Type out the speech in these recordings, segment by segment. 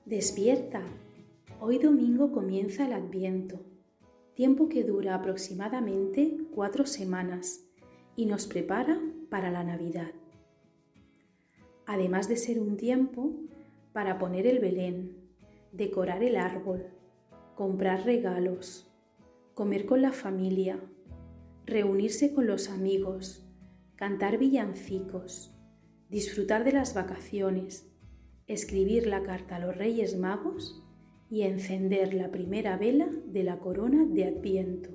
Despierta. Hoy domingo comienza el Adviento, tiempo que dura aproximadamente 4 semanas y nos prepara para la Navidad. Además de ser un tiempo para poner el Belén, decorar el árbol, comprar regalos, comer con la familia, reunirse con los amigos, cantar villancicos, disfrutar de las vacaciones, escribir la carta a los Reyes Magos y encender la primera vela de la corona de Adviento.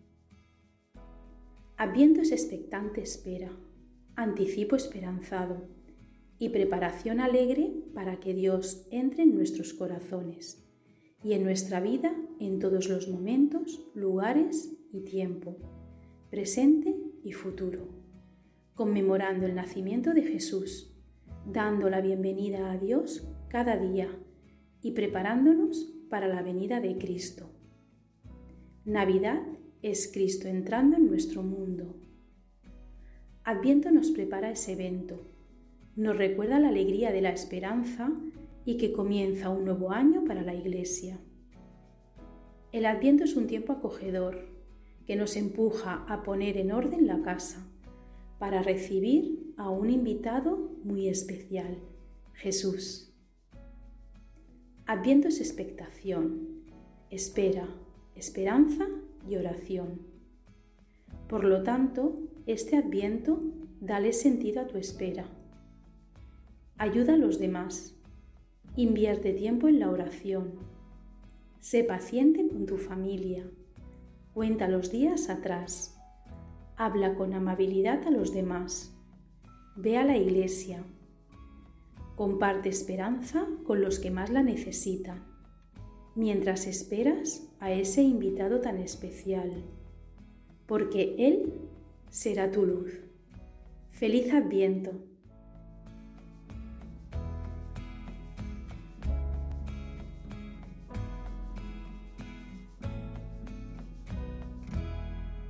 Adviento es expectante espera, anticipo esperanzado y preparación alegre para que Dios entre en nuestros corazones y en nuestra vida en todos los momentos, lugares y tiempo, presente y futuro, conmemorando el nacimiento de Jesús, dando la bienvenida a Dios cada día y preparándonos para la venida de Cristo. Navidad es Cristo entrando en nuestro mundo. Adviento nos prepara ese evento, nos recuerda la alegría de la esperanza y que comienza un nuevo año para la Iglesia. El Adviento es un tiempo acogedor que nos empuja a poner en orden la casa para recibir a un invitado muy especial, Jesús. Adviento es expectación, espera, esperanza y oración. Por lo tanto, este Adviento, dale sentido a tu espera. Ayuda a los demás. Invierte tiempo en la oración. Sé paciente con tu familia. Cuenta los días atrás. Habla con amabilidad a los demás. Ve a la iglesia. Comparte esperanza con los que más la necesitan, mientras esperas a ese invitado tan especial, porque Él será tu luz. ¡Feliz Adviento!